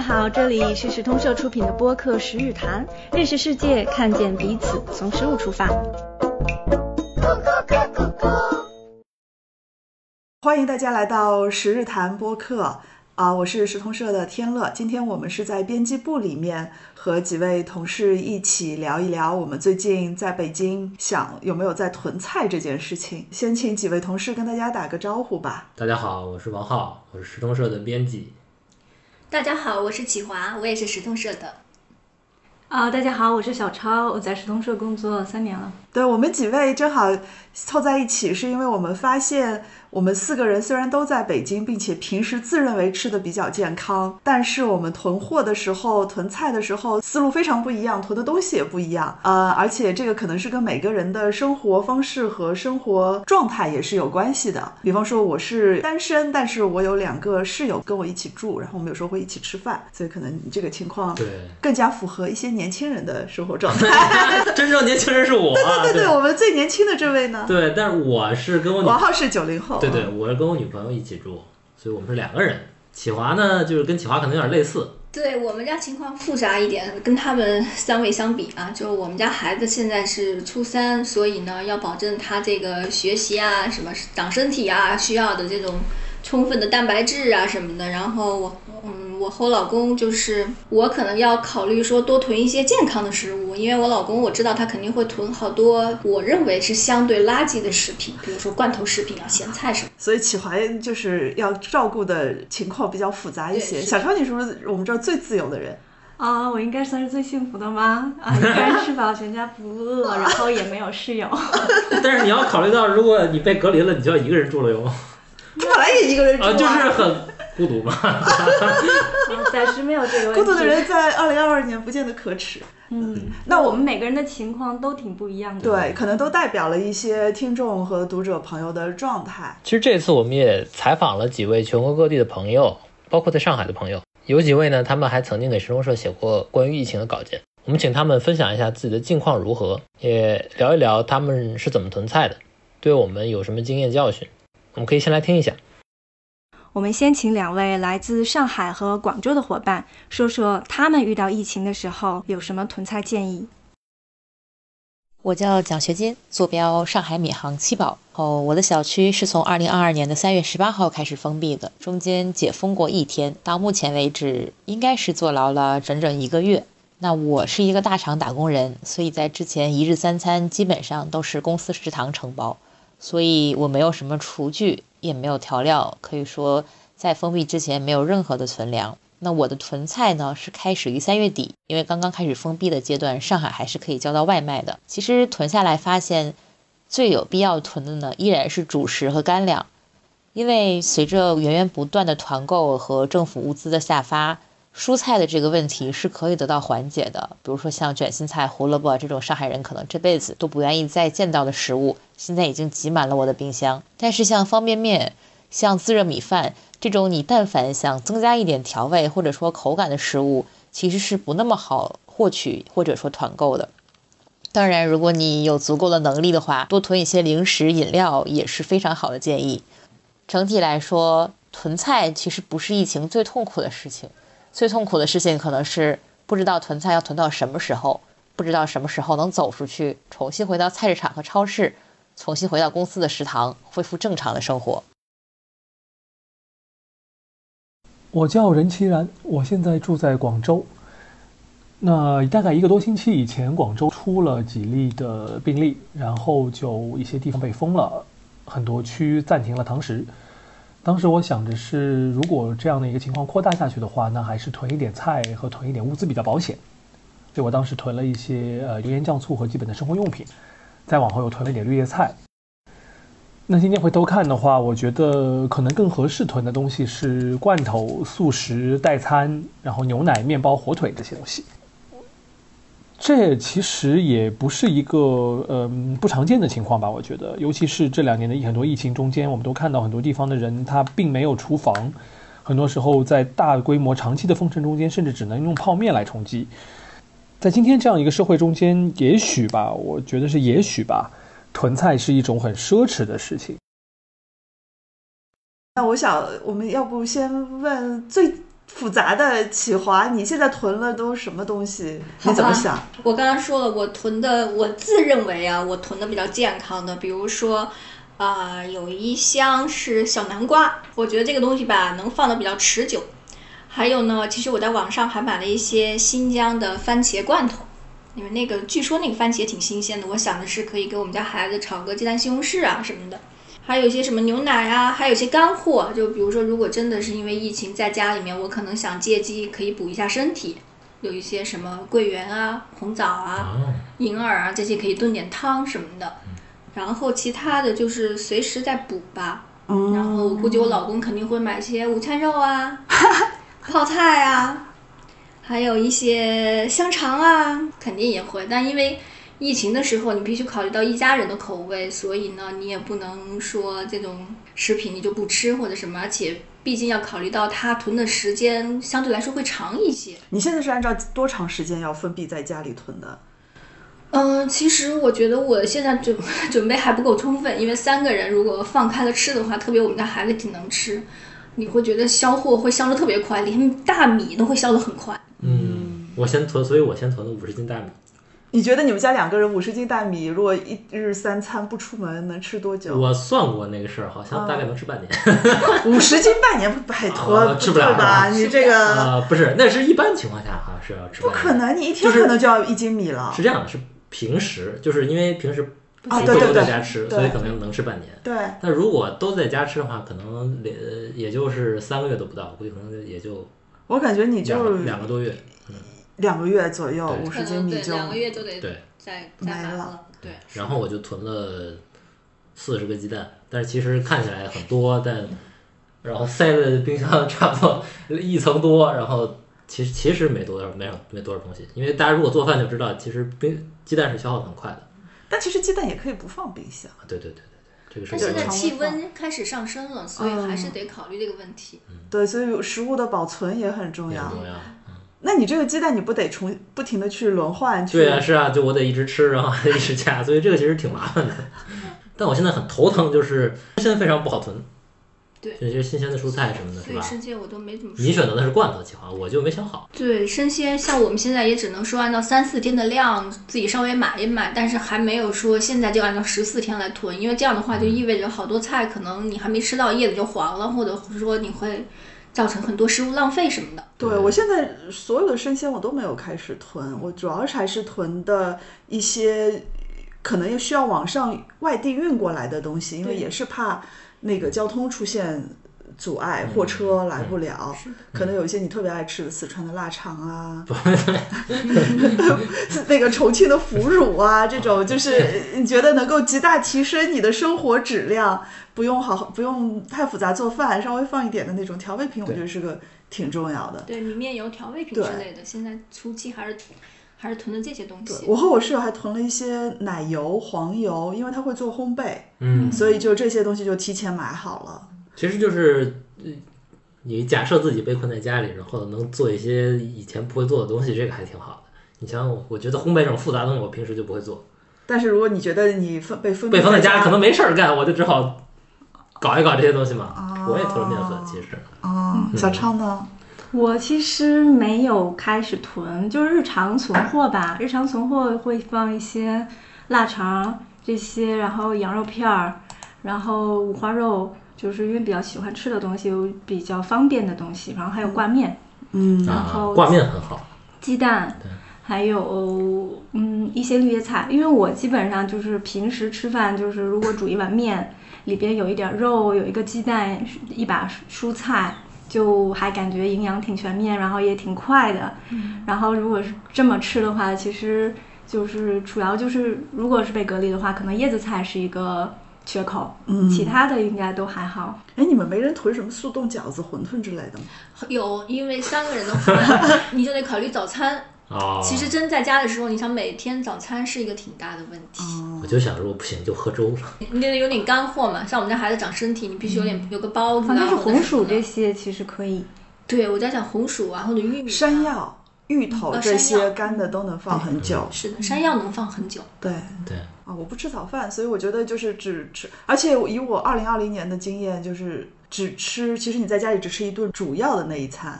好，这里是时通社出品的播客十日谈，认识世界，看见彼此，从食物出发。 欢迎大家来到十日谈播客我是时通社的天乐。今天我们是在编辑部里面和几位同事一起聊一聊我们最近在北京想有没有在囤菜这件事情。先请几位同事跟大家打个招呼吧。 大家好，我是王浩，我是时通社的编辑。 大家好，我是启华，我也是时通社的。 大家好，我是小超，我在时通社工作3年了。 对，我们几位正好凑在一起，是因为我们发现我们4个人虽然都在北京，并且平时自认为吃的比较健康，但是我们囤货的时候、囤菜的时候思路非常不一样，囤的东西也不一样。而且这个可能是跟每个人的生活方式和生活状态也是有关系的。比方说我是单身，但是我有2个室友跟我一起住，然后我们有时候会一起吃饭，所以可能你这个情况更加符合一些年轻人的生活状态。 真正年轻人是我对，我们最年轻的这位呢？ 对，但是我是跟我王浩是90后。 对，我是跟我女朋友一起住，所以我们是2个人。启华呢，就是跟启华可能有点类似。 对，我们家情况复杂一点，跟他们3位相比啊，就我们家孩子现在是初3，所以呢，要保证他这个学习啊、什么长身体啊需要的这种充分的蛋白质啊什么的。然后我和我老公就是我可能要考虑说多囤一些健康的食物，因为我老公我知道他肯定会囤好多我认为是相对垃圾的食品，比如说罐头食品啊、咸菜什么。 所以启华就是要照顾的情况比较复杂一些。小超，你是不是我们这儿最自由的人？ 我应该算是最幸福的吗？一个人吃饱全家不饿，然后也没有室友。 但是你要考虑到，如果你被隔离了，你就要一个人住了哟。 他本来也一个人住就是很孤独嘛。 暂时没有这个问题。 孤独的人在2022年不见得可耻。 那我们每个人的情况都挺不一样的。 对，可能都代表了一些听众和读者朋友的状态。 其实这次我们也采访了几位全国各地的朋友，包括在上海的朋友。有几位呢，他们还曾经给时通社写过关于疫情的稿件。我们请他们分享一下自己的近况如何，也聊一聊他们是怎么囤菜的，对我们有什么经验教训。我们可以先来听一下。 我们先请2位来自上海和广州的伙伴说说他们遇到疫情的时候有什么囤菜建议。 我叫蒋学金，坐标上海闵行7宝。我的小区是从2022年的3月18号开始封闭的，中间解封过1天，到目前为止应该是坐牢了整整1个月。那我是一个大厂打工人，所以在之前1日3餐基本上都是公司食堂承包，所以我没有什么厨具，也没有调料，可以说在封闭之前没有任何的存粮。那我的囤菜呢是开始于3月底，因为刚刚开始封闭的阶段，上海还是可以叫到外卖的。其实囤下来发现最有必要囤的呢依然是主食和干粮，因为随着源源不断的团购和政府物资的下发，蔬菜的这个问题是可以得到缓解的。比如说像卷心菜、胡萝卜这种上海人可能这辈子都不愿意再见到的食物，现在已经挤满了我的冰箱。但是像方便面、像自热米饭这种你但凡想增加一点调味或者说口感的食物，其实是不那么好获取或者说团购的。当然如果你有足够的能力的话，多囤一些零食饮料也是非常好的建议。整体来说，囤菜其实不是疫情最痛苦的事情，最痛苦的事情可能是不知道囤菜要囤到什么时候，不知道什么时候能走出去，重新回到菜市场和超市，重新回到公司的食堂，恢复正常的生活。 我叫任其然，我现在住在广州。那大概1个多星期以前，广州出了几例的病例，然后就一些地方被封了，很多区暂停了堂食。当时我想着是，如果这样的一个情况扩大下去的话，那还是囤一点菜和囤一点物资比较保险。所以我当时囤了一些油盐酱醋和基本的生活用品，再往后又囤了一点绿叶菜。那今天回头看的话，我觉得可能更合适囤的东西是罐头、速食、代餐，然后牛奶、面包、火腿这些东西。这其实也不是一个不常见的情况吧，我觉得，尤其是这2年的很多疫情中间，我们都看到很多地方的人他并没有厨房，很多时候在大规模长期的封城中间，甚至只能用泡面来充饥。在今天这样一个社会中间，也许吧，我觉得是也许吧，囤菜是一种很奢侈的事情。 那我想我们要不先问最复杂的企划，你现在囤了都什么东西？你怎么想？ 我刚刚说了，我囤的，我自认为啊，我囤的比较健康的，比如说，有一箱是小南瓜，我觉得这个东西吧，能放的比较持久。还有呢，其实我在网上还买了一些新疆的番茄罐头，因为那个据说那个番茄挺新鲜的，我想的是可以给我们家孩子炒个鸡蛋西红柿啊什么的。还有一些什么牛奶啊，还有一些干货，就比如说如果真的是因为疫情在家里面，我可能想借机可以补一下身体，有一些什么桂圆啊、红枣啊、银耳啊，这些可以炖点汤什么的。然后其他的就是随时在补吧。然后我估计我老公肯定会买些午餐肉啊、泡菜啊，还有一些香肠啊，肯定也会。但因为疫情的时候，你必须考虑到一家人的口味，所以呢，你也不能说这种食品你就不吃或者什么，而且毕竟要考虑到它囤的时间相对来说会长一些。 你现在是按照多长时间要封闭在家里囤的？ 其实我觉得我现在准备还不够充分，因为3个人如果放开了吃的话，特别我们家孩子挺能吃，你会觉得消货会消得特别快，连大米都会消得很快。 我先囤，所以我先囤了50斤大米。 你觉得你们家2个人50斤大米，如果1日3餐不出门，能吃多久？ 我算过那个事儿，好像大概能吃半年。 50斤半年拜托， 吃不了吧？你这个不是，那是一般情况下好像是要吃半年。 不可能，你一天可能就要1斤米了。 是这样的，是平时，就是因为平时不对都在家吃，所以可能能吃半年。 对。 但如果都在家吃的话，可能也就是3个月都不到，估计可能也就。 我感觉你就 2个多月。 2个月左右，50斤米就 2个月就得再没了。对。 然后我就囤了40个鸡蛋，但是其实看起来很多，然后塞在冰箱差不多1层多，然后其实没多少东西，因为大家如果做饭就知道，其实鸡蛋是消耗很快的。 但其实鸡蛋也可以不放冰箱。 对，这个是。 但现在气温开始上升了，所以还是得考虑这个问题。 对，所以食物的保存也很重要。 很重要。 那你这个鸡蛋你不得不停的去轮换？ 对啊，是啊，就我得一直吃，然后还一直加，所以这个其实挺麻烦的。但我现在很头疼，就是现在非常不好囤。 对， 这些新鲜的蔬菜什么的，是吧？ 生鲜我都没怎么。 你选择的是罐头计划，我就没想好。 对，生鲜像我们现在也只能说按照3-4天的量自己稍微买一买，但是还没有说现在就按照14天来囤，因为这样的话就意味着好多菜可能你还没吃到叶子就黄了，或者说你会造成很多食物浪费什么的。 对，我现在所有的生鲜我都没有开始囤，我主要还是囤的一些可能需要往上外地运过来的东西，因为也是怕那个交通出现阻碍，货车来不了，可能有一些你特别爱吃的四川的腊肠啊，那个重庆的腐乳啊，这种就是你觉得能够极大提升你的生活质量，不用太复杂做饭，稍微放一点的那种调味品，我觉得是个挺重要的。 对，米面油、调味品之类的，现在初期还是囤的这些东西。 我和我室友还囤了一些奶油、黄油，因为他会做烘焙，所以就这些东西就提前买好了。 其实就是你假设自己被困在家里，然后能做一些以前不会做的东西，这个还挺好的。你像我觉得烘焙这种复杂的东西，我平时就不会做。 但是如果你觉得你被封在家，可能没事儿干，我就只好搞一搞这些东西嘛。我也囤了面粉，其实。 小昌呢？ 我其实没有开始囤，就是日常存货吧。日常存货会放一些腊肠这些，然后羊肉片儿，然后五花肉，就是因为比较喜欢吃的东西，有比较方便的东西，然后还有挂面，然后挂面很好， 鸡蛋，还有一些绿叶菜，因为我基本上就是平时吃饭，就是如果煮一碗面，里边有一点肉，有一个鸡蛋，一把蔬菜，就还感觉营养挺全面，然后也挺快的。然后如果是这么吃的话，其实就是主要就是如果是被隔离的话，可能叶子菜是一个缺口，其他的应该都还好。 你们没人囤什么速冻饺子、馄饨之类的吗？ 有，因为3个人的话，你就得考虑早餐。其实真在家的时候，你想每天早餐是一个挺大的问题。 我就想如果不行就喝粥了。 你得有点干货嘛，像我们家孩子长身体，你必须有个包子啊。 但是红薯这些其实可以。 对，我在讲红薯啊，或者玉米、 山药、芋头这些干的都能放很久。 是的，山药能放很久。 对。我不吃早饭，所以我觉得就是只吃，而且以我2020年的经验，就是只吃，其实你在家里只吃一顿主要的那一餐。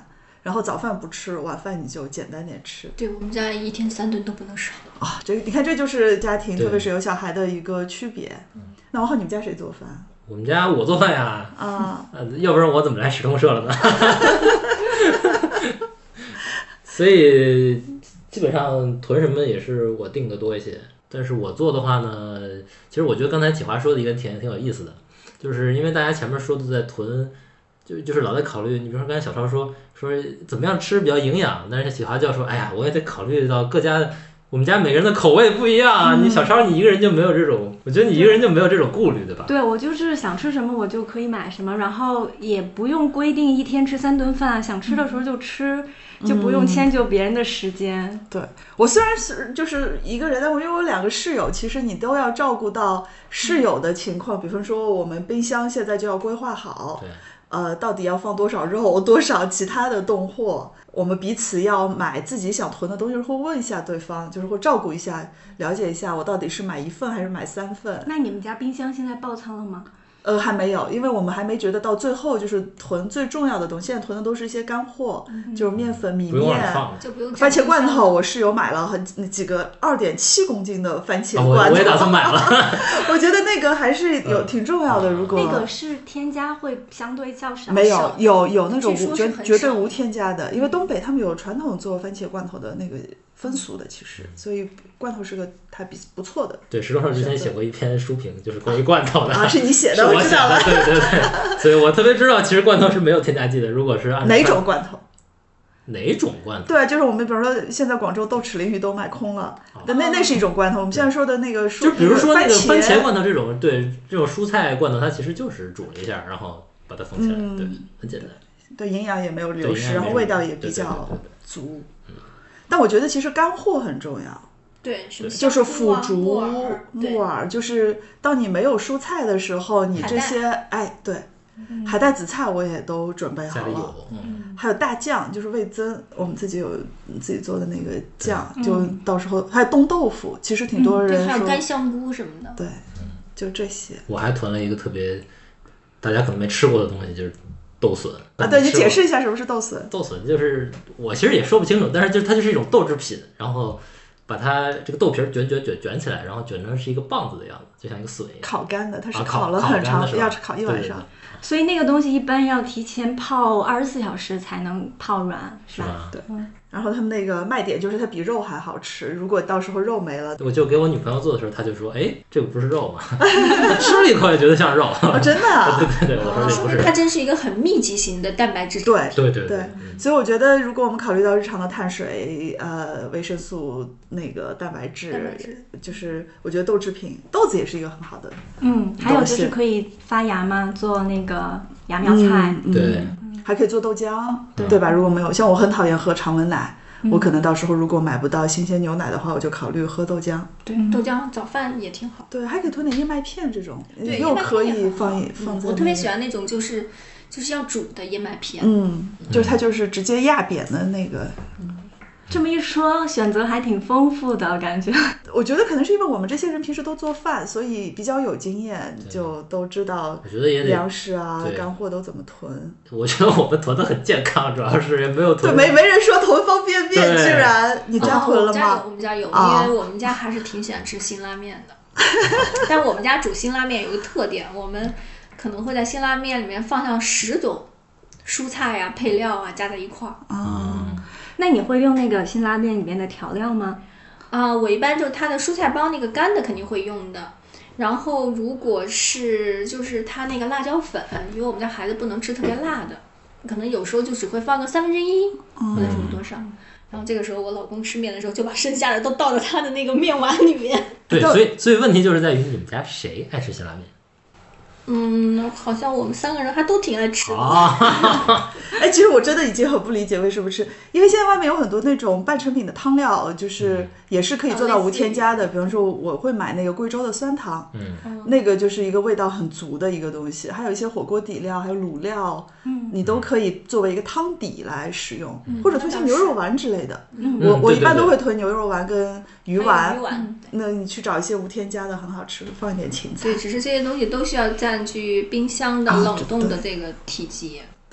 然后早饭不吃，晚饭你就简单点吃。 对，我们家1天3顿都不能少啊。你看这就是家庭， 对特别是有小孩的一个区别。那王浩，你们家谁做饭？ 我们家我做饭呀。 啊， 要不然我怎么来史通社了呢？所以基本上囤什么也是我定的多一些。但是我做的话呢，其实我觉得刚才启华说的一个挺有意思的，就是因为大家前面说的在囤，就是老在考虑，你比如说刚才小超说怎么样吃比较营养，但是启华就要说，哎呀，我也得考虑到各家。我们家每个人的口味不一样，你小超你一个人就没有这种，我觉得你一个人就没有这种顾虑，对吧？ 对，我就是想吃什么我就可以买什么，然后也不用规定1天吃3顿饭，想吃的时候就吃，就不用迁就别人的时间。 对，我虽然是就是一个人，但我因为我2个室友，其实你都要照顾到室友的情况，比方说我们冰箱现在就要规划好，到底要放多少肉，多少其他的冻货。我们彼此要买自己想囤的东西，会问一下对方，就是会照顾一下，了解一下我到底是买1份还是买3份。 那你们家冰箱现在爆仓了吗？ 还没有，因为我们还没觉得到最后就是囤最重要的东西。现在囤的都是一些干货，就是面粉、米面、番茄罐头。我室友买了几个2.7公斤的番茄罐头， 我也打算买了。 我觉得那个还是挺重要的。如果那个是添加会相对较少， 没有那种绝对无添加的，因为东北他们有传统做番茄罐头的那个风俗的，其实，所以罐头是个还不错的。 对，石头上之前写过一篇书评，就是关于罐头的。 啊，是你写的，我知道了。 对，所以我特别知道，其实罐头是没有添加剂的。如果是按哪种罐头？ 哪种罐头？ 对，就是我们比如说现在广州豆豉鲮鱼都卖空了，那是一种罐头。我们现在说的那个就比如说那个番茄罐头这种，对，这种蔬菜罐头，它其实就是煮了一下，然后把它封起来，对，很简单。 对，营养也没有流失，然后味道也比较足。但我觉得其实干货很重要。 对， 就是腐竹、木耳，就是当你没有蔬菜的时候，你这些海带、紫菜我也都准备好了。还有大酱，就是味增，我们自己有自己做的那个酱，就到时候还有冻豆腐，其实挺多人说。 还有干香菇什么的。 对，就这些。 我还囤了一个特别大家可能没吃过的东西，就是豆笋啊。对，你解释一下什么是豆笋？ 豆笋就是我其实也说不清楚，但是它就是一种豆制品，然后把它这个豆皮卷起来，然后卷成是一个棒子的样子，就像一个笋一样。 烤干的，它是烤了很长，要烤1晚上。 对， 所以那个东西一般要提前泡24小时才能泡软， 是吧？ 对。然后他们那个卖点就是它比肉还好吃，如果到时候肉没了， 我就给我女朋友做的时候，她就说：“哎，这个不是肉吗？”她吃了一口也觉得像肉。 真的？ 对，我说这不是。 它真是一个很密集型的蛋白质。 对。 所以我觉得，如果我们考虑到日常的碳水、维生素、那个蛋白质，就是我觉得豆制品，豆子也是一个很好的。 还有就是可以发芽嘛，做那个芽苗菜。 对。 还可以做豆浆，对吧？如果没有，像我很讨厌喝常温奶，我可能到时候如果买不到新鲜牛奶的话，我就考虑喝豆浆。 对，豆浆早饭也挺好。 对，还可以囤点燕麦片这种，又可以放在。 我特别喜欢那种就是要煮的燕麦片。 就是它就是直接压扁的那个。 这么一说，选择还挺丰富的感觉。 我觉得可能是因为我们这些人平时都做饭，所以比较有经验，就都知道粮食啊、干货都怎么囤。 我觉得我们囤的很健康，主要是也没有囤。 对，没人说囤方便面，居然你家囤了吗？ 我们家有，因为我们家还是挺喜欢吃辛拉面的。但我们家煮辛拉面有个特点，我们可能会在辛拉面里面放上10种蔬菜啊、配料啊加在一块儿。 那你会用那个辛拉面里面的调料吗？ 我一般就它的蔬菜包那个干的肯定会用的，然后如果是就是它那个辣椒粉，因为我们家孩子不能吃特别辣的，可能有时候就只会放个1/3或者什么多少。然后这个时候我老公吃面的时候就把剩下的都倒到他的那个面碗里面。 对，所以问题就是在于你们家谁爱吃辛拉面？ 好像我们3个人还都挺爱吃的。 其实我真的已经很不理解为什么吃，因为现在外面有很多那种半成品的汤料，就是也是可以做到无添加的。比方说我会买那个贵州的酸汤，那个就是一个味道很足的一个东西。还有一些火锅底料，还有卤料，你都可以作为一个汤底来使用，或者推荐牛肉丸之类的。我一般都会囤牛肉丸跟鱼丸。那你去找一些无添加的很好吃，放一点芹菜。 对，只是这些东西都需要占据冰箱的冷冻的这个体积。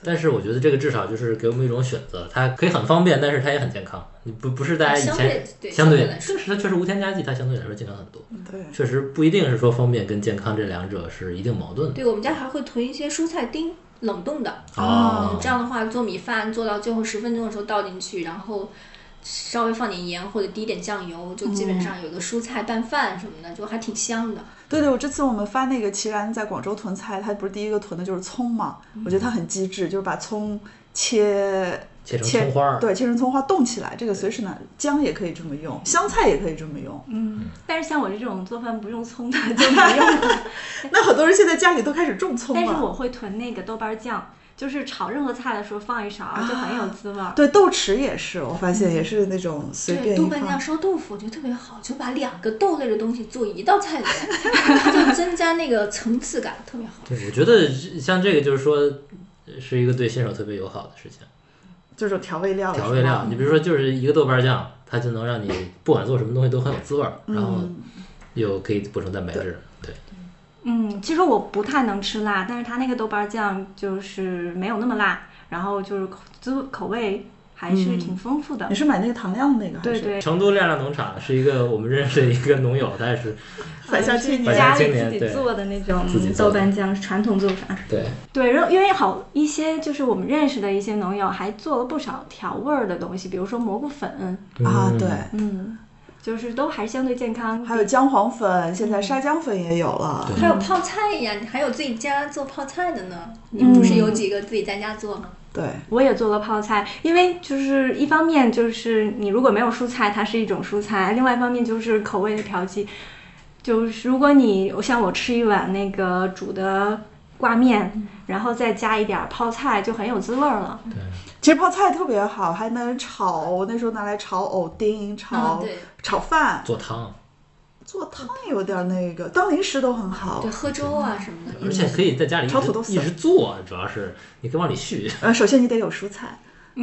但是我觉得这个至少就是给我们一种选择，它可以很方便，但是它也很健康。你不是大家以前相对来说， 就是它确实无添加剂，它相对来说健康很多。 对， 确实不一定是说方便跟健康这两者是一定矛盾的。 对，我们家还会囤一些蔬菜丁，冷冻的。这样的话做米饭做到最后10分钟的时候倒进去，然后稍微放点盐或者滴点酱油，就基本上有个蔬菜拌饭什么的，就还挺香的。 对，我这次我们发那个齐然在广州囤菜，他不是第一个囤的就是葱嘛？我觉得他很机智，就是把葱切成葱花， 对，切成葱花冻起来，这个随时拿姜也可以这么用，香菜也可以这么用。 但是像我这种做饭不用葱的就没用了。 那很多人现在家里都开始种葱了。 但是我会囤那个豆瓣酱。就是炒任何菜的时候放一勺，就很有滋味。 对，豆豉也是，我发现也是那种随便一放。 对，豆瓣酱烧豆腐我觉得特别好，就把2个豆类的东西做一道菜里面，它就增加那个层次感，特别好。 对，我觉得像这个就是说是一个对新手特别友好的事情。 就是调味料。 你比如说就是一个豆瓣酱，它就能让你不管做什么东西都很有滋味，然后又可以补充蛋白质。对。 其实我不太能吃辣，但是它那个豆瓣酱就是没有那么辣，然后就是口味还是挺丰富的。 你是买那个唐亮那个还是？ 对。 成都亮亮农场是一个我们认识的一个农友，他也是返乡青年， 家里自己做的那种豆瓣酱，传统做法。对，因为好一些就是我们认识的一些农友还做了不少调味儿的东西，比如说蘑菇粉啊，对， 就是都还相对健康。 还有姜黄粉，现在沙姜粉也有了。 还有泡菜呀，你还有自己家做泡菜的呢。你不是有几个自己在家做吗？ 对， 我也做了泡菜，因为就是一方面就是你如果没有蔬菜，它是一种蔬菜；另外一方面就是口味的调剂。就是如果你像我吃一碗那个煮的挂面，然后再加一点泡菜，就很有滋味了。 对。 其实泡菜特别好，还能炒，那时候拿来炒藕丁、炒饭、 做汤有点那个，当零食都很好。 对，喝粥啊什么的。 而且可以在家里炒土豆丝一直做，主要是你可以往里续。 首先你得有蔬菜。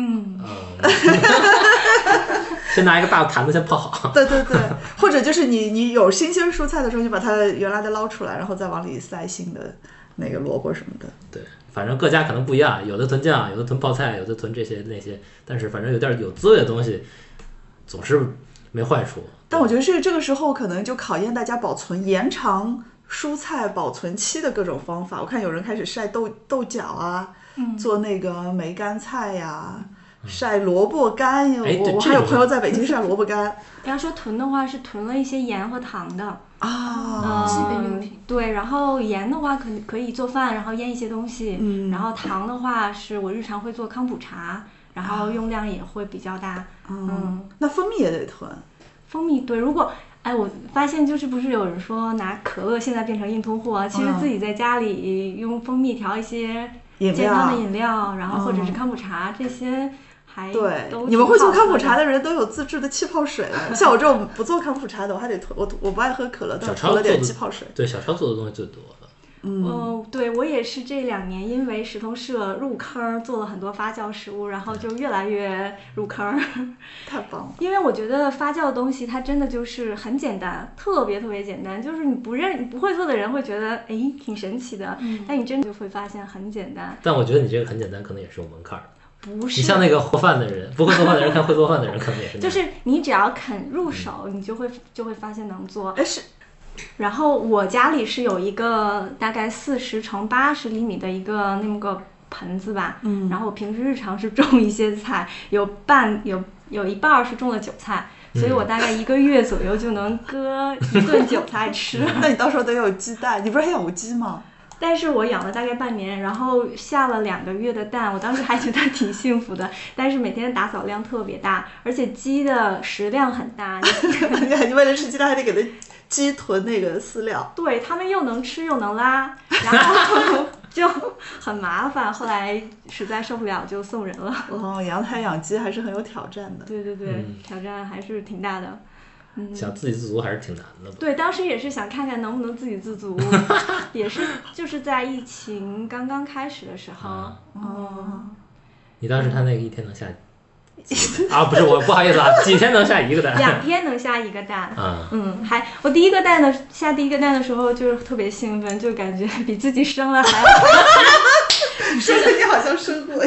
先拿一个大坛子先泡好。 对，或者就是你有新鲜蔬菜的时候，你把它原来的捞出来，然后再往里塞新的那个萝卜什么的。 对。反正各家可能不一样，有的囤酱，有的囤泡菜，有的囤这些那些，但是反正有点有滋味的东西总是没坏处。 但我觉得这个时候可能就考验大家延长蔬菜保存期的各种方法。我看有人开始晒豆角啊，做那个梅干菜呀，晒萝卜干。我还有朋友在北京晒萝卜干。 要说囤的话，是囤了一些盐和糖的。 基本用品。 对，然后盐的话可以做饭，然后腌一些东西。然后糖的话是我日常会做康普茶，然后用量也会比较大。 那蜂蜜也得囤。 蜂蜜对，如果我发现就是不是有人说拿可乐现在变成硬通货，其实自己在家里用蜂蜜调一些健康的饮料，然后或者是康普茶这些。 对，你们会做康普茶的人都有自制的气泡水了。像我这种不做康普茶的，我还得囤。我不爱喝可乐，但囤了点气泡水。 对，小超做的东西最多了。 对，我也是这2年因为食通社入坑，做了很多发酵食物，然后就越来越入坑。 太棒了！ 因为我觉得发酵的东西它真的就是很简单，特别特别简单，就是你不会做的人会觉得挺神奇的，但你真的就会发现很简单。 但我觉得你这个很简单，可能也是有门槛。 不是， 你像那个做饭的人，不会做饭的人看会做饭的人，可能也是。 就是你只要肯入手，你就会发现能做。 是。 然后我家里是有一个大概40乘80厘米的一个那么个盆子吧，然后我平时日常是种一些菜，有一半是种了韭菜，所以我大概1个月左右就能割1顿韭菜吃。 那你到时候得有鸡蛋，你不是还养过鸡吗？ 但是我养了大概半年，然后下了2个月的蛋，我当时还觉得挺幸福的。但是每天的打扫量特别大，而且鸡的食量很大。 你为了吃鸡蛋还得给它鸡囤那个饲料。 对，它们又能吃又能拉，然后就很麻烦。后来实在受不了就送人了。 阳台养鸡还是很有挑战的。 对，挑战还是挺大的。 想自给自足还是挺难的。 对，当时也是想看看能不能自给自足，也是就是在疫情刚刚开始的时候。 你当时他那个一天能下不是，我不好意思啊，几天能下1个蛋 ？2天能下1个蛋。我第一个蛋下第1个蛋的时候就是特别兴奋，就感觉比自己生了还。 说的你好像生过。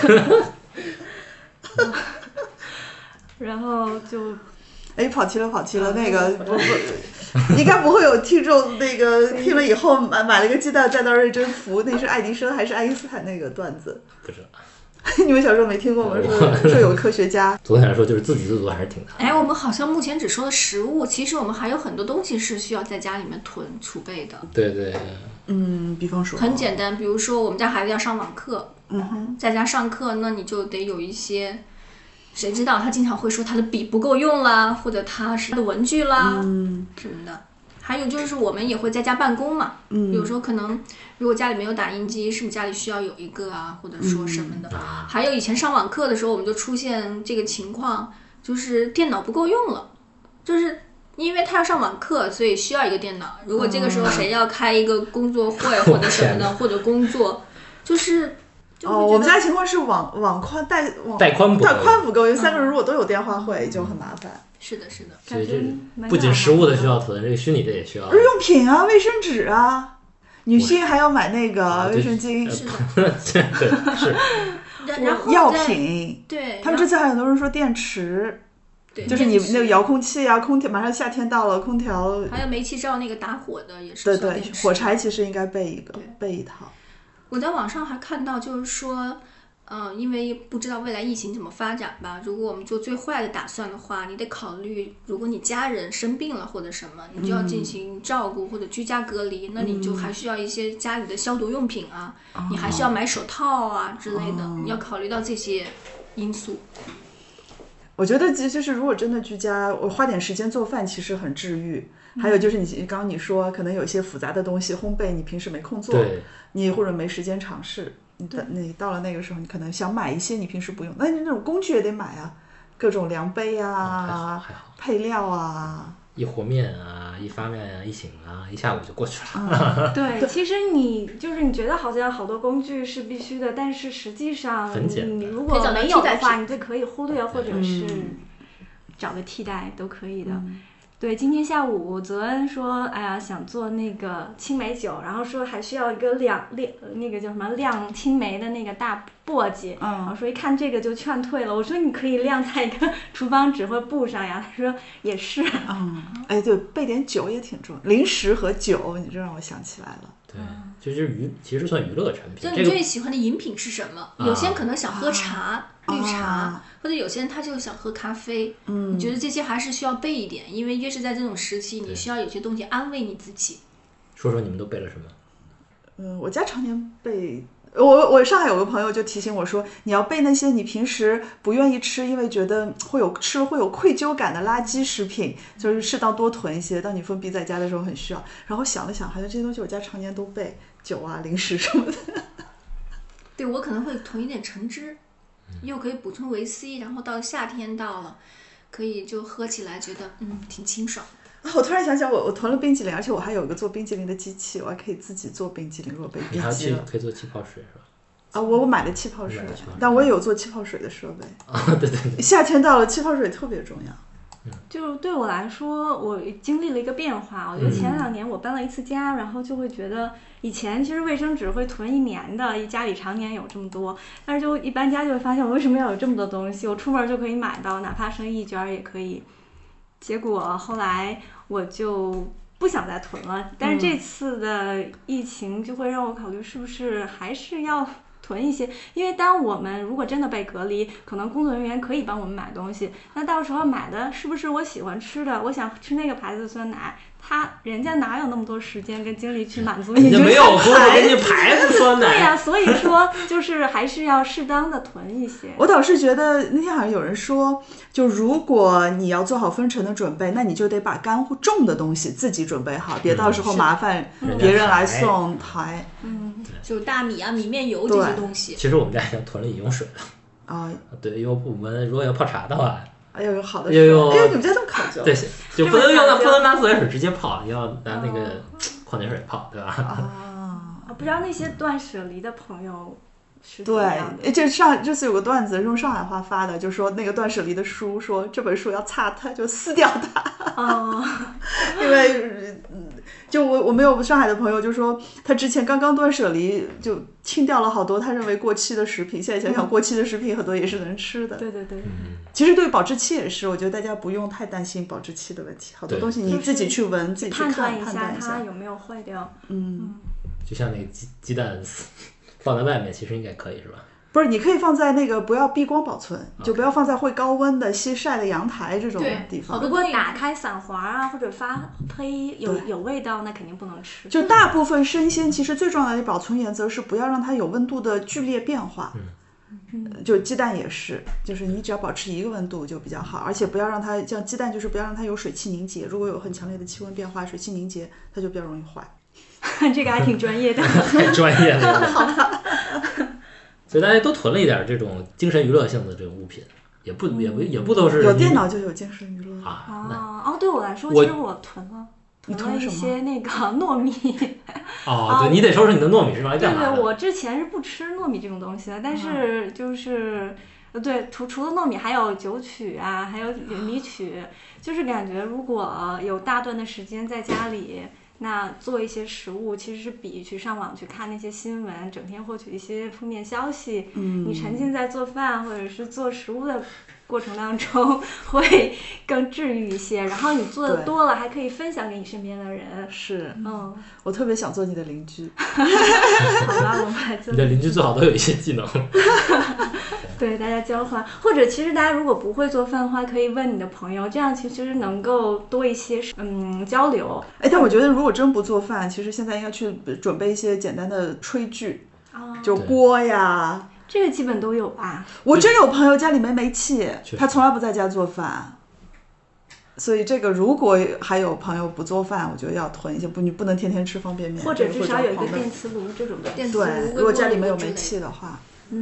然后就跑题了，那个不，应该不会有听众那个听了以后买了个鸡蛋再到瑞珍福，那是爱迪生还是爱因斯坦那个段子？ 不知道。 你们小时候没听过吗？说有科学家。 总体来说，就是自给自足还是挺难。 我们好像目前只说了食物，其实我们还有很多东西是需要在家里面囤储备的。 对。 比方说。 很简单，比如说我们家孩子要上网课，在家上课，那你就得有一些。谁知道他经常会说他的笔不够用啦，或者他是的文具啦，什么的。还有就是我们也会在家办公嘛，有时候可能如果家里没有打印机，是不是家里需要有一个啊，或者说什么的。还有以前上网课的时候，我们就出现这个情况，就是电脑不够用了，就是因为他要上网课，所以需要一个电脑。如果这个时候谁要开一个工作会或者什么的，或者工作，就是我们家情况是网宽带宽不够，因为3个人如果都有电话会就很麻烦。 是的， 所以这不仅食物的需要囤，这个虚拟的也需要。 日用品啊，卫生纸啊，女性还要买那个卫生巾。 是的， 是。 然后药品， 对， 他们之前还有很多人说电池。 对， 就是你那个遥控器啊，空调，马上夏天到了，空调还有煤气灶那个打火的也是。 对，火柴其实应该备一套。 我在网上还看到，就是说，因为不知道未来疫情怎么发展吧，如果我们做最坏的打算的话，你得考虑，如果你家人生病了或者什么，你就要进行照顾或者居家隔离，那你就还需要一些家里的消毒用品啊，你还需要买手套啊之类的，你要考虑到这些因素。 我觉得就是如果真的居家，我花点时间做饭其实很治愈。还有就是刚刚你说可能有一些复杂的东西烘焙你平时没空做，你或者没时间尝试，你到了那个时候你可能想买一些你平时不用，那你那种工具也得买啊，各种量杯啊，配料啊， 一和面啊，一发面啊，一醒啊，一下午就过去了。 对，其实你觉得好像好多工具是必须的，但是实际上你如果没有的话，你就可以忽略或者是找个替代都可以的。对，今天下午泽恩说，哎呀，想做那个青梅酒，然后说还需要一个那个叫什么晾青梅的那个大簸箕，然后说一看这个就劝退了。我说你可以晾在一个厨房纸或布上呀，他说也是。 对，备点酒也挺重要，零食和酒，你这让我想起来了。 对，就是其实算娱乐产品。 就你最喜欢的饮品是什么？有些人可能想喝茶，绿茶，或者有些人他就想喝咖啡。你觉得这些还是需要备一点，因为越是在这种时期，你需要有些东西安慰你自己。说说你们都备了什么？ 我家常年备。我上海有个朋友就提醒我说，你要备那些你平时不愿意吃，因为觉得吃了会有愧疚感的垃圾食品，就是适当多囤一些，当你封闭在家的时候很需要。然后想了想，好像这些东西我家常年都备，酒啊、零食什么的。 对，我可能会囤一点橙汁，又可以补充维 C， 然后到夏天到了，可以就喝起来觉得挺清爽。 我突然想起来，我囤了冰淇淋，而且我还有一个做冰淇淋的机器，我还可以自己做冰淇淋。如果被逼急了， 可以做气泡水是吧？ 我买的气泡水，但我也有做气泡水的设备。 对， 夏天到了，气泡水特别重要。 就对我来说，我经历了一个变化。我觉得前2年我搬了一次家，然后就会觉得以前其实卫生纸会囤1年的，家里常年有这么多，但是就一搬家就会发现我为什么要有这么多东西？我出门就可以买到，哪怕剩1卷也可以。结果后来我就不想再囤了，但是这次的疫情就会让我考虑是不是还是要囤一些，因为当我们如果真的被隔离，可能工作人员可以帮我们买东西，那到时候买的是不是我喜欢吃的，我想吃那个牌子的酸奶，人家哪有那么多时间跟精力去满足你？ 人家没有说给你牌子酸奶。 对呀，所以说就是还是要适当的囤一些。 我倒是觉得那天好像有人说，就如果你要做好分成的准备，那你就得把干货重的东西自己准备好，别到时候麻烦别人来送台。 就大米啊、米面油这些东西。 其实我们家已经囤了饮用水了。对，因为我们如果要泡茶的话。 有好的水，你们家这么考究？ 对，就不能拿自来水直接泡，要拿那个矿泉水泡，对吧？ 不知道那些断舍离的朋友是怎么样的？ 对，这次有个段子用上海话发的，就说那个断舍离的书，说这本书要擦它，就撕掉它。因为就我们有上海的朋友就说，他之前刚刚断舍离，就清掉了好多他认为过期的食品。现在想想，过期的食品很多也是能吃的。 对对对， 其实对保质期也是，我觉得大家不用太担心保质期的问题，好多东西你自己去闻、自己去看， 判断一下它有没有坏掉。 就像那个鸡蛋放在外面，其实应该可以是吧？ 不是，你可以放在那个不要避光保存，就不要放在会高温的西晒的阳台这种地方。 如果打开散黄啊，或者发黑有味道，那肯定不能吃。 就大部分生鲜，其实最重要的保存原则是不要让它有温度的剧烈变化。就鸡蛋也是，就是你只要保持一个温度就比较好，而且不要让它像鸡蛋，就是不要让它有水汽凝结。如果有很强烈的气温变化，水汽凝结，它就比较容易坏。 这个还挺专业的。 太专业了。好吧。所以大家都囤了一点这种精神娱乐性的这种物品，也不都是有电脑就有精神娱乐啊。 对我来说，其实我囤了一些那个糯米。 对，你得收拾你的糯米是吧？ 对，我之前是不吃糯米这种东西的，但是就是对，除了糯米，还有酒曲啊，还有米曲，就是感觉如果有大段的时间在家里。那做一些食物其实是比去上网去看那些新闻，整天获取一些负面消息，你沉浸在做饭或者是做食物的过程当中会更治愈一些，然后你做的多了还可以分享给你身边的人。 是，我特别想做你的邻居。 好吧，我们来做。 你的邻居最好都有一些技能。 对，大家交换，或者其实大家如果不会做饭的话，可以问你的朋友，这样其实能够多一些交流。 但我觉得如果真不做饭，其实现在应该去准备一些简单的炊具，就锅呀， 这个基本都有吧。 我真有朋友家里没煤气，他从来不在家做饭。所以这个如果还有朋友不做饭，我觉得要囤一些，你不能天天吃方便面， 或者至少有一个电磁炉这种的。 对，如果家里没有煤气的话，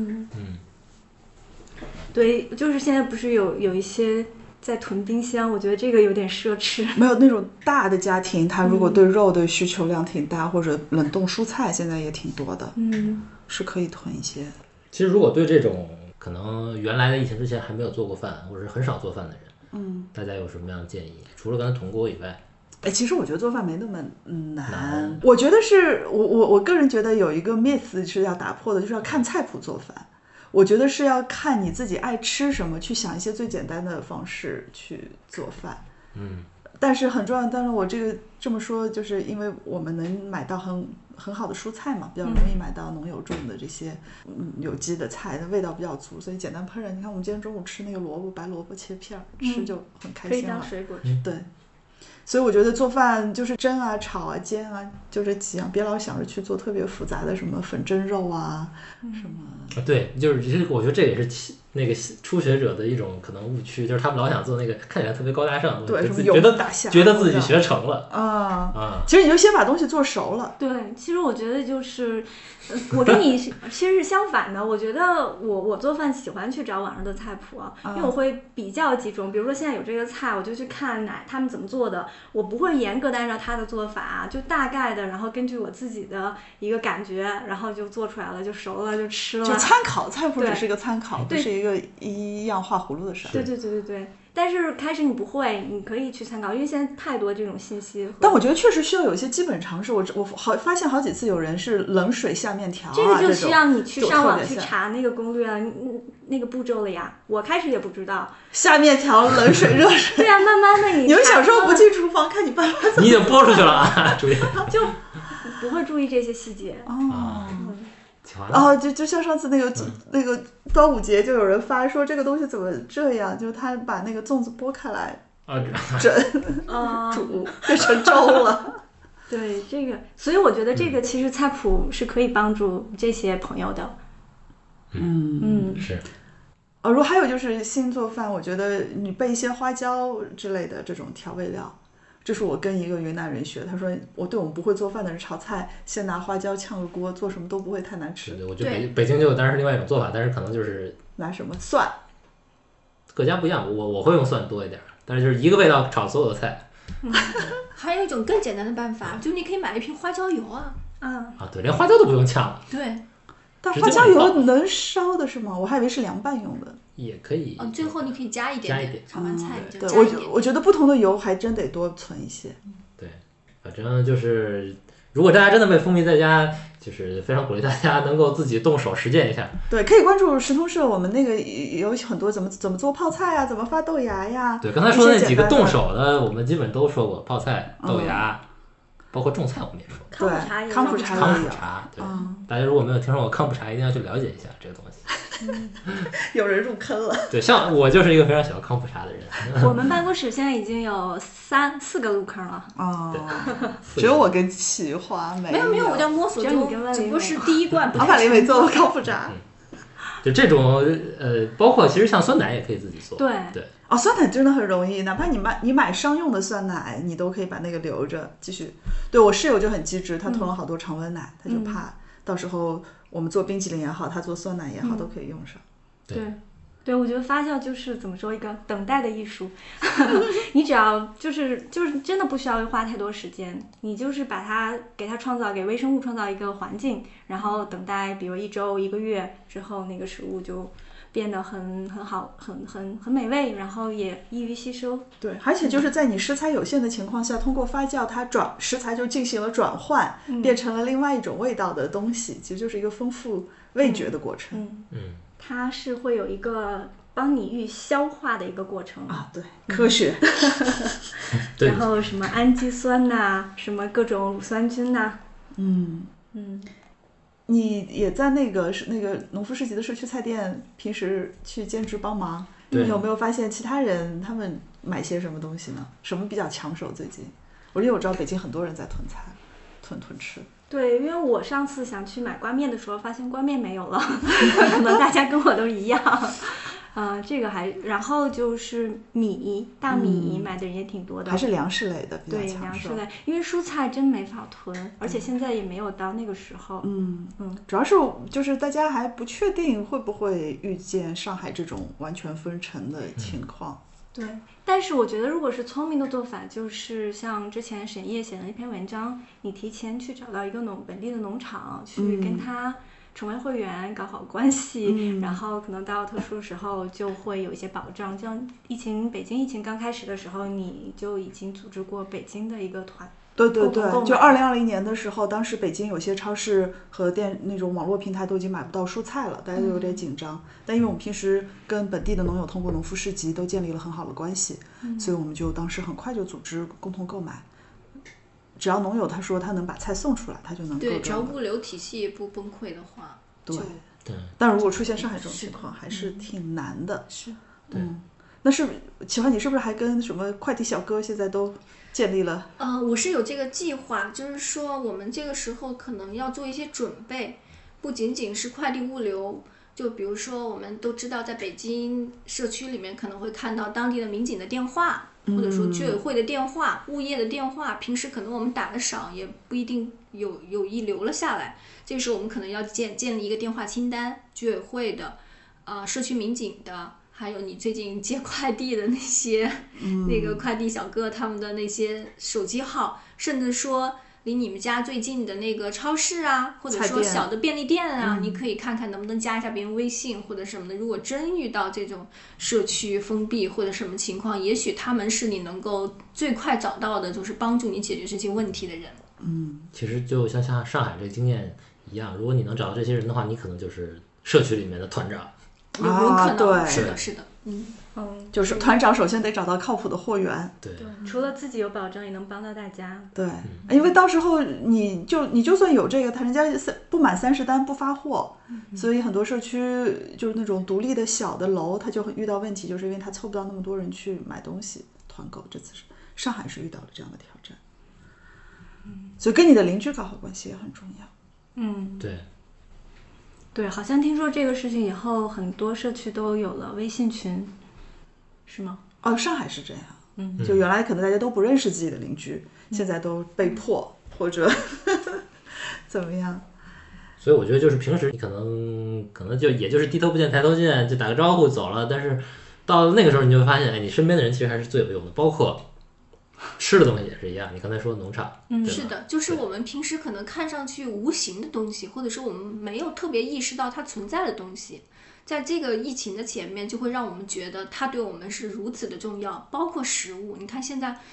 对，就是现在不是有一些在囤冰箱，我觉得这个有点奢侈。 没有那种大的家庭，他如果对肉的需求量挺大，或者冷冻蔬菜现在也挺多的，是可以囤一些。 其实如果对这种可能原来的疫情之前还没有做过饭，或者是很少做饭的人，大家有什么样的建议？除了刚才囤锅以外， 其实我觉得做饭没那么难。我觉得是我个人觉得有一个 myth 是要打破的，就是要看菜谱做饭。我觉得是要看你自己爱吃什么，去想一些最简单的方式去做饭。但是很重要，当然我这么说，就是因为我们能买到很好的蔬菜嘛，比较容易买到农友种的这些有机的菜，的味道比较足，所以简单烹饪。你看我们今天中午吃那个白萝卜切片，吃就很开心了。可以当水果吃。 对。所以我觉得做饭就是蒸啊、炒啊、煎啊，就这几样，别老想着去做特别复杂的什么粉蒸肉啊，什么。 对，就是其实我觉得这也是那个初学者的一种可能误区，就是他们老想做那个看起来特别高大上的东西，觉得自己学成了其实你就先把东西做熟了。 对，其实我觉得就是我跟你其实是相反的。我觉得我做饭喜欢去找网上的菜谱，因为我会比较几种，比如说现在有这个菜，我就去看他们怎么做的，我不会严格的按照他的做法，就大概的，然后根据我自己的一个感觉，然后就做出来了，就熟了，就吃了。 就参考，菜谱只是一个参考，不是一个一样画葫芦的事儿。 对。但是开始你不会，你可以去参考，因为现在太多这种信息。 但我觉得确实需要有一些基本常识。我发现好几次有人是冷水下面条这个就需要你去上网去查那个攻略那个步骤了呀。我开始也不知道下面条冷水热水。 对啊，慢慢的你们小时候不进厨房看你爸爸怎么， 你已经播出去了啊，注意， 就不会注意这些细节就像上次那个端午节就有人发说这个东西怎么这样，就是他把那个粽子剥开来煮变成粥了。 对，这个，所以我觉得这个其实菜谱是可以帮助这些朋友的。 是。 如果还有就是新做饭，我觉得你备一些花椒之类的这种调味料。这是我跟一个云南人学，他说我们不会做饭的人炒菜，先拿花椒炝个锅，做什么都不会太难吃。 对，我觉得北京就当然是另外一种做法，但是可能就是拿什么蒜， 各家不一样。我会用蒜多一点，但是就是一个味道炒所有的菜。 还有一种更简单的办法，就你可以买一瓶花椒油对，连花椒都不用炝了。 对， 但花椒油能烧的是吗？我还以为是凉拌用的。 也可以最后你可以加一点，炒完菜你就加一点。我觉得不同的油还真得多存一些。 对， 反正就是如果大家真的被封闭在家，就是非常鼓励大家能够自己动手实践一下。 对，可以关注食通社，我们那个有很多怎么做泡菜啊，怎么发豆芽呀。 对，刚才说的那几个动手的，我们基本都说过，泡菜、豆芽，包括种菜我们也说过。 对，康普茶也有。 康普茶，对，大家如果没有听说过康普茶，一定要去了解一下这个东西。 有人入坑了。 对，像我就是一个非常喜欢康普茶的人。 我们办公室现在已经有4个入坑了。 哦，只有我跟齐华没有，我在摸索中，只不过是第一罐不太成功。 阿法林没做过康普茶。 就这种包括其实像酸奶也可以自己做。 对。 哦，酸奶真的很容易，哪怕你买商用的酸奶，你都可以把那个留着继续。对，我室友就很机智，他囤了好多常温奶，他就怕到时候我们做冰淇淋也好，他做酸奶也好，都可以用上。 对，我觉得发酵就是怎么说，一个等待的艺术。你只要就是真的不需要花太多时间，你就是给它给微生物创造一个环境，然后等待，比如1周1个月之后，那个食物就变得很好，很美味，然后也易于吸收。 对，而且就是在你食材有限的情况下，通过发酵，它食材就进行了转换，变成了另外一种味道的东西，其实就是一个丰富味觉的过程。 它是会有一个帮你消化的一个过程啊，对，科学。 然后什么氨基酸呐，什么各种乳酸菌呐。 你也在那个农夫市集的社区菜店，平时去兼职帮忙，你有没有发现其他人他们买些什么东西呢？什么比较抢手最近？因为我知道北京很多人在囤菜，囤吃。 对，因为我上次想去买挂面的时候，发现挂面没有了，可能大家跟我都一样。这个然后就是大米买的人也挺多的， 还是粮食类的比较抢手。 对，粮食类，因为蔬菜真没法囤，而且现在也没有到那个时候。 主要是就是大家还不确定会不会遇见上海这种完全封城的情况。 对，但是我觉得如果是聪明的做法，就是像之前沈烨写了一篇文章，你提前去找到一个本地的农场，去跟他成为会员，搞好关系，然后可能到特殊时候就会有一些保障。像北京疫情刚开始的时候，你就已经组织过北京的一个团。 对，就2020年的时候，当时北京有些超市和那种网络平台都已经买不到蔬菜了，大家都有点紧张。但因为我们平时跟本地的农友通过农夫市集都建立了很好的关系，所以我们就当时很快就组织共同购买。只要农友他说他能把菜送出来，他就能够。 对，只要物流体系不崩溃的话。 对。但如果出现上海这种情况，还是挺难的。 是。 那是奇欢，你是不是还跟什么快递小哥现在都建立了？ 我是有这个计划，就是说我们这个时候可能要做一些准备，不仅仅是快递物流，就比如说我们都知道在北京社区里面可能会看到当地的民警的电话，或者说居委会的电话、物业的电话，平时可能我们打的少，也不一定有意留了下来。这个时候我们可能要建立一个电话清单，居委会的，社区民警的。还有你最近接快递的那些，那个快递小哥他们的那些手机号，甚至说离你们家最近的那个超市啊，或者说小的便利店啊，你可以看看能不能加一下别人微信或者什么的。如果真遇到这种社区封闭或者什么情况，也许他们是你能够最快找到的，就是帮助你解决这些问题的人。 其实就像上海这个经验一样，如果你能找到这些人的话，你可能就是社区里面的团长。 有可能， 对， 是的， 就是团长首先得找到靠谱的货源。 对， 除了自己有保障，也能帮到大家。 对，因为到时候你就算有这个，人家不满30单不发货，所以很多社区就是那种独立的小的楼，它就会遇到问题，就是因为它凑不到那么多人去买东西团购。这次上海是遇到了这样的挑战，所以跟你的邻居搞好关系也很重要。 对，好像听说这个事情以后，很多社区都有了微信群，是吗？ 上海是这样。就原来可能大家都不认识自己的邻居，现在都被迫或者怎么样。 所以我觉得就是平时你可能就也就是低头不见抬头见，就打个招呼走了，但是到那个时候你就会发现，你身边的人其实还是最有用的，包括吃的东西也是一样，你刚才说的农场， 是的，就是我们平时可能看上去无形的东西，或者说我们没有特别意识到它存在的东西，在这个疫情的前面就会让我们觉得它对我们是如此的重要，包括食物。你看现在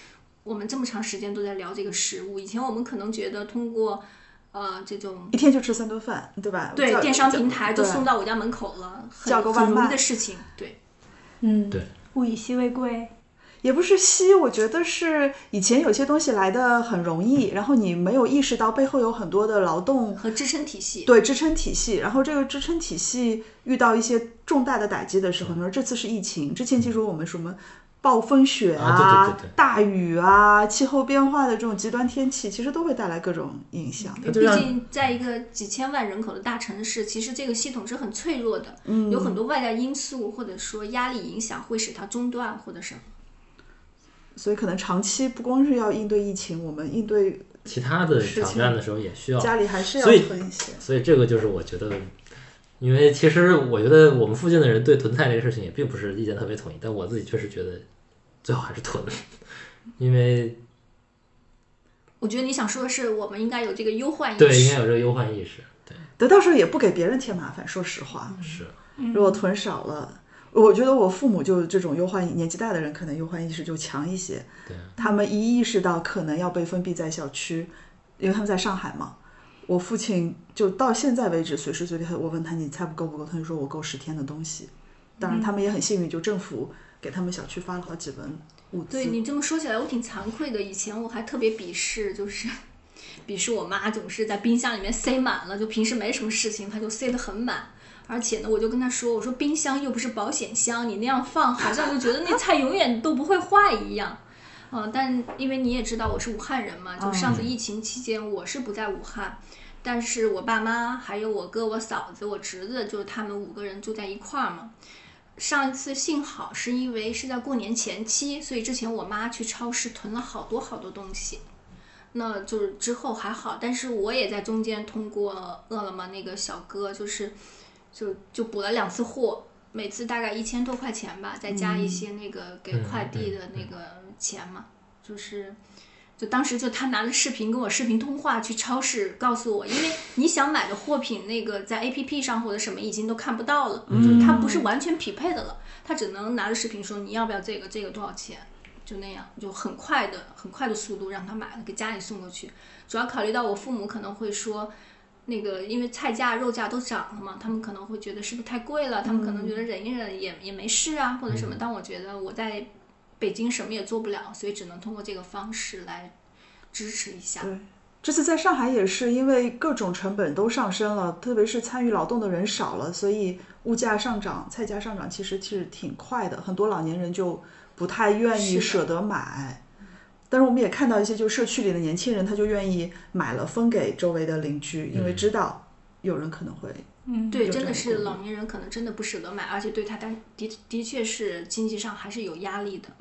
我们这么长时间都在聊这个食物。以前我们可能觉得通过这种一天就吃3顿饭，对吧？ 对，电商平台都送到我家门口了， 叫个外卖很容易的事情。对， 对， 物以稀为贵。 也不是稀，我觉得是以前有些东西来的很容易，然后你没有意识到背后有很多的劳动和支撑体系。 对，支撑体系，然后这个支撑体系遇到一些重大的打击的时候，比如说这次是疫情，之前其实我们什么暴风雪对大雨啊，气候变化的这种极端天气，其实都会带来各种影响。 毕竟在一个几千万人口的大城市，其实这个系统是很脆弱的，有很多外在因素或者说压力影响会使它中断或者什么。 所以可能长期不光是要应对疫情，我们应对其他的挑战的时候也需要， 家里还是要囤一些。 所以这个就是我觉得，因为其实我觉得我们附近的人对囤菜这个事情也并不是意见特别统一，但我自己确实觉得最好还是囤，因为我觉得你想说的是，我们应该有这个忧患意识。 对，应该有这个忧患意识。对， 得到时候也不给别人添麻烦。说实话， 是， 如果囤少了。我觉得我父母就这种忧患，年纪大的人可能忧患意识就强一些。 对， 他们一意识到可能要被封闭在小区，因为他们在上海嘛。我父亲就到现在为止，随时随地我问他你菜不够不够，他就说我够10天的东西。当然他们也很幸运，就政府给他们小区发了好几轮物资。 对，你这么说起来我挺惭愧的，以前我还特别鄙视我妈总是在冰箱里面塞满了，就平时没什么事情她就塞得很满。而且呢，我就跟他说，我说冰箱又不是保险箱，你那样放好像就觉得那菜永远都不会坏一样。但因为你也知道我是武汉人嘛，就上次疫情期间我是不在武汉，但是我爸妈还有我哥我嫂子我侄子，就是他们5个人住在一块儿嘛。上一次幸好是因为是在过年前期，所以之前我妈去超市囤了好多好多东西，那就是之后还好，但是我也在中间通过饿了么那个小哥就补了2次货，每次大概1000多块钱吧，再加一些那个给快递的那个钱嘛，就当时就他拿着视频跟我视频通话去超市告诉我，因为你想买的货品那个在 APP 上或者什么已经都看不到了，就是它不是完全匹配的了，他只能拿着视频说你要不要这个多少钱，就那样，就很快的速度让他买了给家里送过去。主要考虑到我父母可能会说那个因为菜价肉价都涨了嘛，他们可能会觉得是不是太贵了，他们可能觉得忍一忍也没事啊或者什么，但我觉得我在北京什么也做不了，所以只能通过这个方式来支持一下。 对，这次在上海也是因为各种成本都上升了，特别是参与劳动的人少了，所以物价上涨，菜价上涨其实挺快的，很多老年人就不太愿意舍得买。但是我们也看到一些就社区里的年轻人，他就愿意买了分给周围的邻居，因为知道有人可能会对，真的是老年人可能真的不舍得买，而且对他的确是经济上还是有压力的。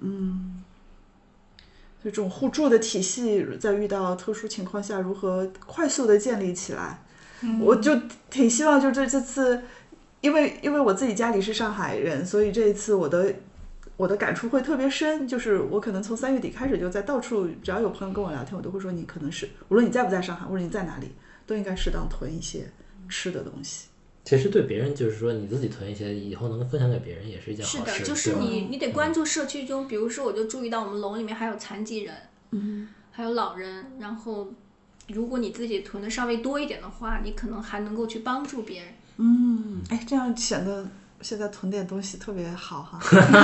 这种互助的体系在遇到特殊情况下如何快速的建立起来，我就挺希望就这次因为我自己家里是上海人，所以这一次我的感触会特别深，就是我可能从3月底开始就在到处，只要有朋友跟我聊天，我都会说你可能是无论你在不在上海，无论你在哪里，都应该适当囤一些吃的东西。 其实对别人就是说你自己囤一些，以后能分享给别人也是一件好事。 是的，就是你得关注社区中，比如说我就注意到我们楼里面还有残疾人，还有老人，然后如果你自己囤的稍微多一点的话，你可能还能够去帮助别人。 这样显得现在囤点东西特别好哈，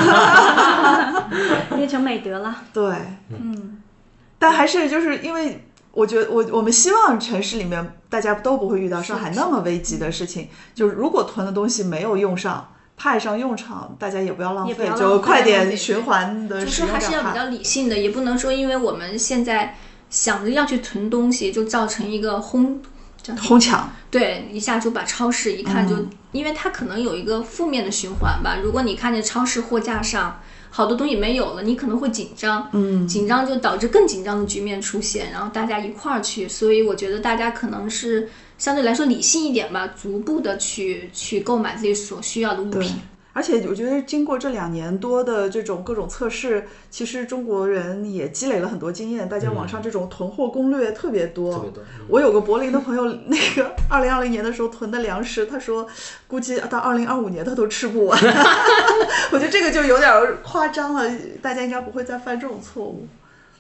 变成美德了。 对，但还是就是因为我觉得我们希望城市里面大家都不会遇到上海那么危急的事情，就是如果囤的东西没有用上派上用场，大家也不要浪费，就快点循环的使用掉它。 就是还是要比较理性的，也不能说因为我们现在想着要去囤东西，就造成一个哄抢。 对，一下就把超市一看就，因为它可能有一个负面的循环吧。如果你看见超市货架上好多东西没有了，你可能会紧张，紧张就导致更紧张的局面出现，然后大家一块儿去，所以我觉得大家可能是相对来说理性一点吧，逐步的去购买自己所需要的物品。 而且我觉得经过这2年多的这种各种测试，其实中国人也积累了很多经验，大家网上这种囤货攻略特别多。我有个柏林的朋友，那个2020年的时候囤的粮食，他说估计到2025年他都吃不完。我觉得这个就有点夸张了，大家应该不会再犯这种错误。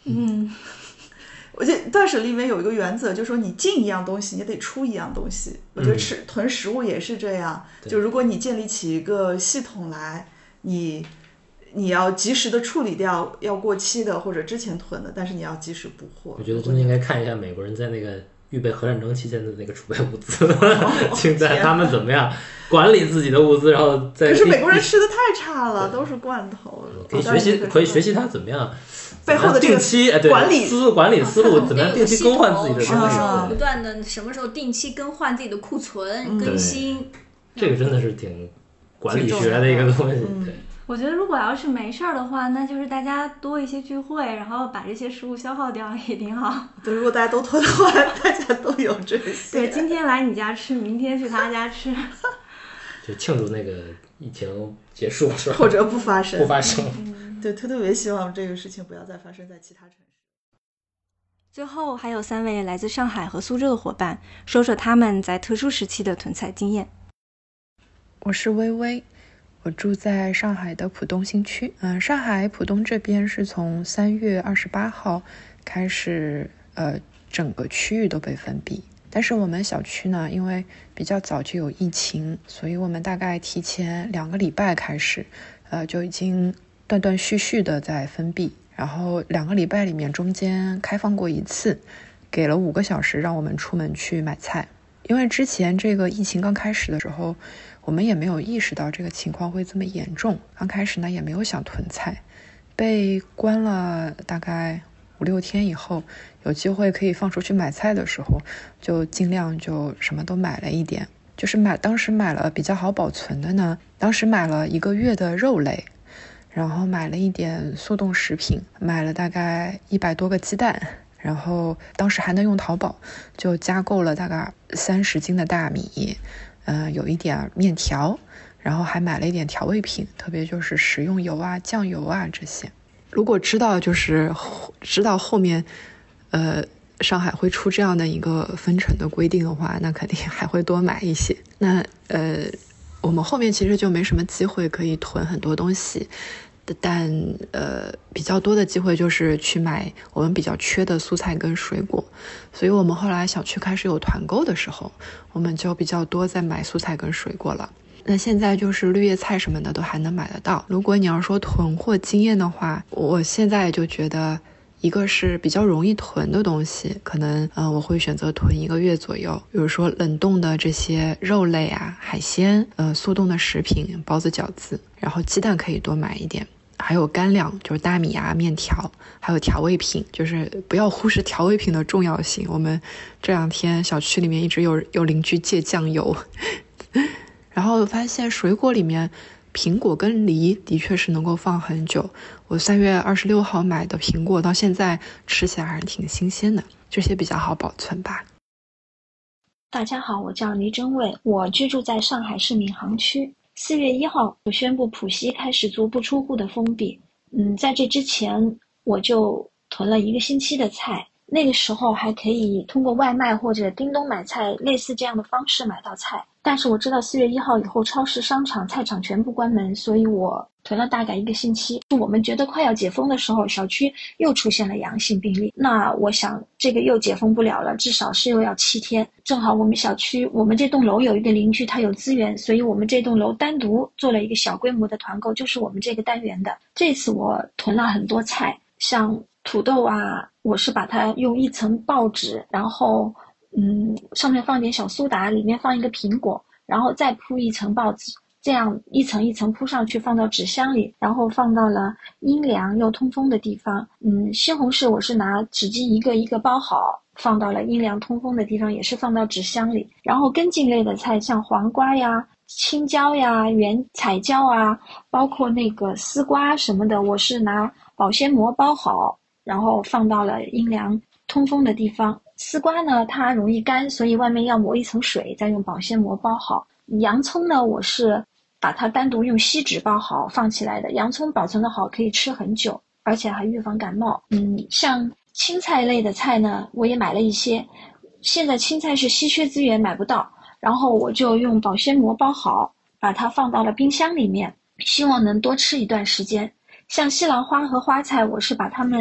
我觉得断舍离里面有一个原则，就是说你进一样东西，你得出一样东西。我觉得囤食物也是这样，就如果你建立起一个系统来，你要及时的处理掉要过期的或者之前囤的，但是你要及时补货。 我觉得真的应该看一下美国人在那个预备核战争期间的那个储备物资，现在他们怎么样管理自己的物资，然后在可是美国人吃的太差了，都是罐头。 可以学习他怎么样背后的这个定期管理思路，怎么样定期更换自己的什么时候不断的，什么时候定期更换自己的库存，更新。 这个真的是挺管理学的一个东西。对。 我觉得如果要是没事儿的话，那就是大家多一些聚会，然后把这些食物消耗掉也挺好。 对，如果大家都囤的话，大家都有这些。 对，今天来你家吃，明天去他家吃， 就庆祝那个疫情结束是吧？ 或者不发生。对，特别希望这个事情不要再发生在其他城市。 最后还有3位来自上海和苏州的伙伴，说说他们在特殊时期的囤菜经验。 我是微微。我住在上海的浦东新区，上海浦东这边是从3月28号开始，整个区域都被封闭。但是我们小区呢，因为比较早就有疫情，所以我们大概提前2个礼拜开始，就已经断断续续的在封闭。然后2个礼拜里面中间开放过1次，给了5个小时让我们出门去买菜。因为之前这个疫情刚开始的时候，我们也没有意识到这个情况会这么严重，刚开始呢也没有想囤菜，被关了大概5-6天以后，有机会可以放出去买菜的时候，就尽量就什么都买了一点。就是当时买了比较好保存的呢，当时买了1个月的肉类，然后买了一点速冻食品，买了大概100多个鸡蛋，然后当时还能用淘宝，就加购了大概30斤的大米，有一点面条，然后还买了一点调味品，特别就是食用油啊、酱油啊这些。如果知道后面上海会出这样的一个分成的规定的话，那肯定还会多买一些。那我们后面其实就没什么机会可以囤很多东西，但比较多的机会就是去买我们比较缺的蔬菜跟水果。所以我们后来小区开始有团购的时候，我们就比较多在买蔬菜跟水果了。那现在就是绿叶菜什么的都还能买得到。如果你要说囤货经验的话，我现在就觉得一个是比较容易囤的东西，可能我会选择囤1个月左右，比如说冷冻的这些肉类啊、海鲜，速冻的食品、包子、饺子，然后鸡蛋可以多买一点，还有干粮，就是大米啊、面条，还有调味品，就是不要忽视调味品的重要性。我们这2天小区里面一直有邻居借酱油然后发现水果里面苹果跟梨的确是能够放很久，我3月26号买的苹果到现在吃起来还是挺新鲜的，这些比较好保存吧。 大家好，我叫黎真卫，我居住在上海市闵行区。4月1号就宣布浦西开始足不出户的封闭。在这之前我就囤了1个星期的菜，那个时候还可以通过外卖或者叮咚买菜类似这样的方式买到菜。但是我知道4月1号以后超市、商场、菜场全部关门，所以我囤了大概1个星期。我们觉得快要解封的时候，小区又出现了阳性病例，那我想这个又解封不了了，至少是又要7天。正好我们小区，我们这栋楼有一个邻居他有资源，所以我们这栋楼单独做了一个小规模的团购，就是我们这个单元的。这次我囤了很多菜，像土豆啊，我是把它用1层报纸，然后上面放点小苏打，里面放1个苹果，然后再铺1层报纸，这样1层1层铺上去，放到纸箱里，然后放到了阴凉又通风的地方。西红柿我是拿纸巾一个一个包好，放到了阴凉通风的地方，也是放到纸箱里。然后根茎类的菜，像黄瓜呀、青椒呀、彩椒啊，包括那个丝瓜什么的，我是拿保鲜膜包好，然后放到了阴凉通风的地方。丝瓜呢，它容易干，所以外面要抹1层水，再用保鲜膜包好。洋葱呢，我是把它单独用锡纸包好放起来的。洋葱保存的好，可以吃很久，而且还预防感冒。像青菜类的菜呢，我也买了一些。现在青菜是稀缺资源，买不到，然后我就用保鲜膜包好，把它放到了冰箱里面，希望能多吃一段时间。像西兰花和花菜，我是把它们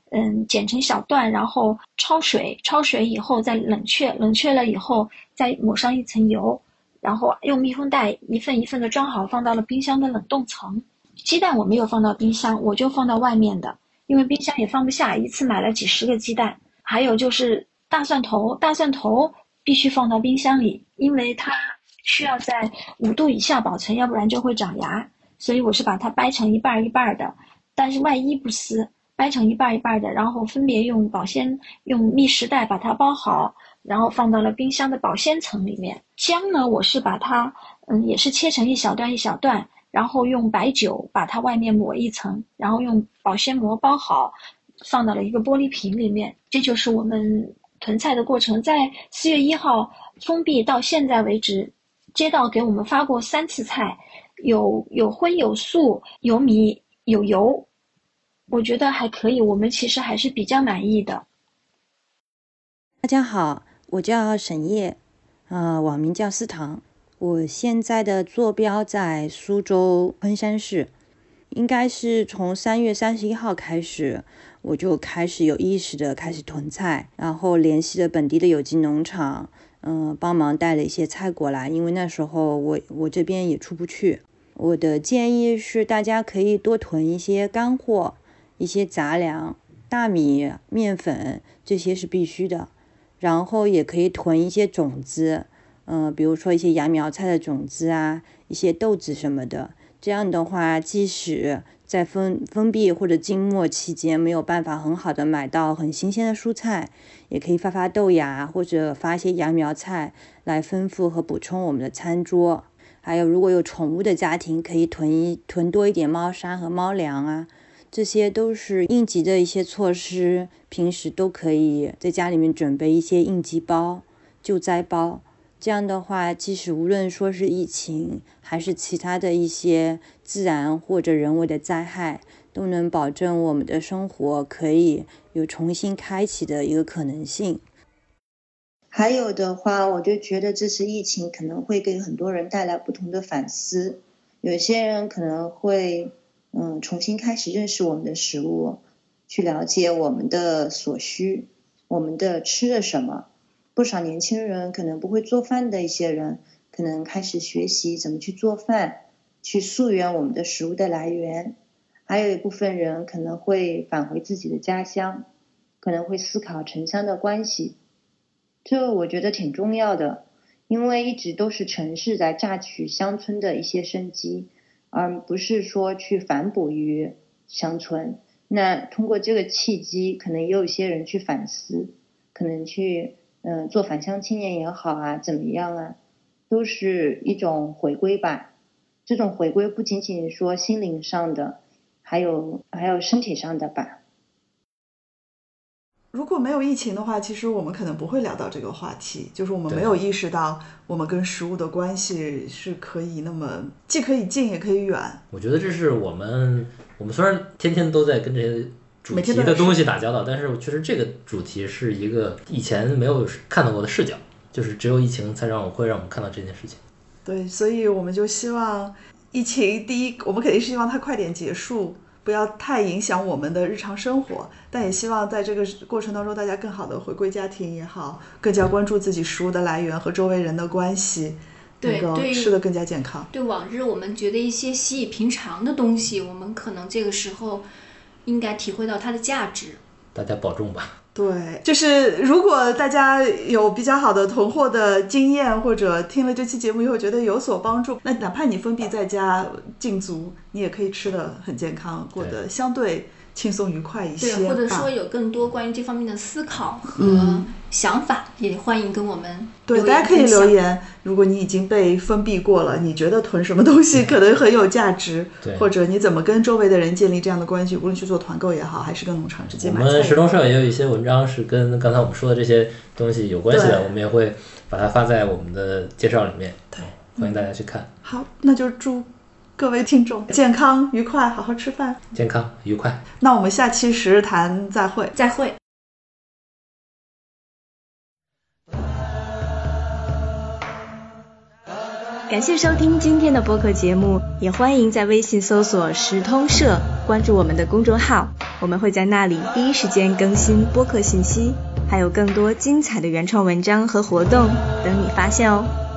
剪成小段，然后焯水以后再冷却了以后再抹上一层油，然后用密封袋一份一份的装好，放到了冰箱的冷冻层。鸡蛋我没有放到冰箱，我就放到外面的，因为冰箱也放不下，一次买了几十个鸡蛋。还有就是大蒜头必须放到冰箱里，因为它需要在5度以下保存，要不然就会长芽，所以我是把它掰成一半一半的，但是外衣不撕，掰成一半一半的，然后分别用密实袋把它包好，然后放到了冰箱的保鲜层里面。姜呢，我是把它也是切成一小段一小段，然后用白酒把它外面抹一层，然后用保鲜膜包好，放到了一个玻璃瓶里面。这就是我们囤菜的过程。在4月1号封闭到现在为止，街道给我们发过3次菜，有荤有素，有米有油，我觉得还可以，我们其实还是比较满意的。 大家好，我叫沈烨，网名叫思糖。我现在的坐标在苏州昆山市，应该是从3月31号开始，我就开始有意识的开始囤菜，然后联系了本地的有机农场，帮忙带了一些菜过来，因为那时候我这边也出不去。我的建议是大家可以多囤一些干货，一些杂粮，大米、面粉这些是必须的，然后也可以囤一些种子，比如说一些芽苗菜的种子啊，一些豆子什么的。这样的话，即使在封闭或者静默期间没有办法很好的买到很新鲜的蔬菜，也可以发豆芽或者发一些芽苗菜来丰富和补充我们的餐桌。还有如果有宠物的家庭，可以囤多一点猫砂和猫粮啊，这些都是应急的一些措施，平时都可以在家里面准备一些应急包、救灾包。这样的话，即使无论说是疫情还是其他的一些自然或者人为的灾害，都能保证我们的生活可以有重新开启的一个可能性。 还有的话，我就觉得这次疫情可能会给很多人带来不同的反思。有些人可能会重新开始认识我们的食物，去了解我们的所需，我们的吃的什么。不少年轻人可能不会做饭的一些人，可能开始学习怎么去做饭，去溯源我们的食物的来源。还有一部分人可能会返回自己的家乡，可能会思考城乡的关系。这我觉得挺重要的，因为一直都是城市在榨取乡村的一些生机，而不是说去反哺于乡村。那通过这个契机，可能也有一些人去反思，可能去做返乡青年也好啊，怎么样啊，都是一种回归吧。这种回归不仅仅说心灵上的，还有身体上的吧。 如果没有疫情的话，其实我们可能不会聊到这个话题，就是我们没有意识到我们跟食物的关系是可以那么既可以近也可以远。 我觉得这是我们虽然天天都在跟这些主题的东西打交道，但是确实这个主题是一个以前没有看到过的视角，就是只有疫情才会让我们看到这件事情。 对，所以我们就希望疫情，第一，我们肯定是希望它快点结束，不要太影响我们的日常生活，但也希望在这个过程当中，大家更好的回归家庭也好，更加关注自己食物的来源和周围人的关系，能够吃得更加健康。 对往日我们觉得一些稀以平常的东西，我们可能这个时候应该体会到它的价值。 大家保重吧。 对，就是如果大家有比较好的囤货的经验，或者听了这期节目以后觉得有所帮助，那哪怕你封闭在家禁足，你也可以吃得很健康，过得相对轻松愉快一些。 对，或者说有更多关于这方面的思考和想法，也欢迎跟我们留言。 对，大家可以留言，如果你已经被封闭过了，你觉得囤什么东西可能很有价值，或者你怎么跟周围的人建立这样的关系，无论去做团购也好，还是跟农场直接买菜。 我们食农社也有一些文章是跟刚才我们说的这些东西有关系的，我们也会把它发在我们的介绍里面。 对， 欢迎大家去看。 好，那就祝各位听众健康愉快，好好吃饭， 健康愉快。 那我们下期食日谈再会。 再会。 感谢收听今天的播客节目，也欢迎在微信搜索食通社，关注我们的公众号。 我们会在那里第一时间更新播客信息，还有更多精彩的原创文章和活动等你发现哦。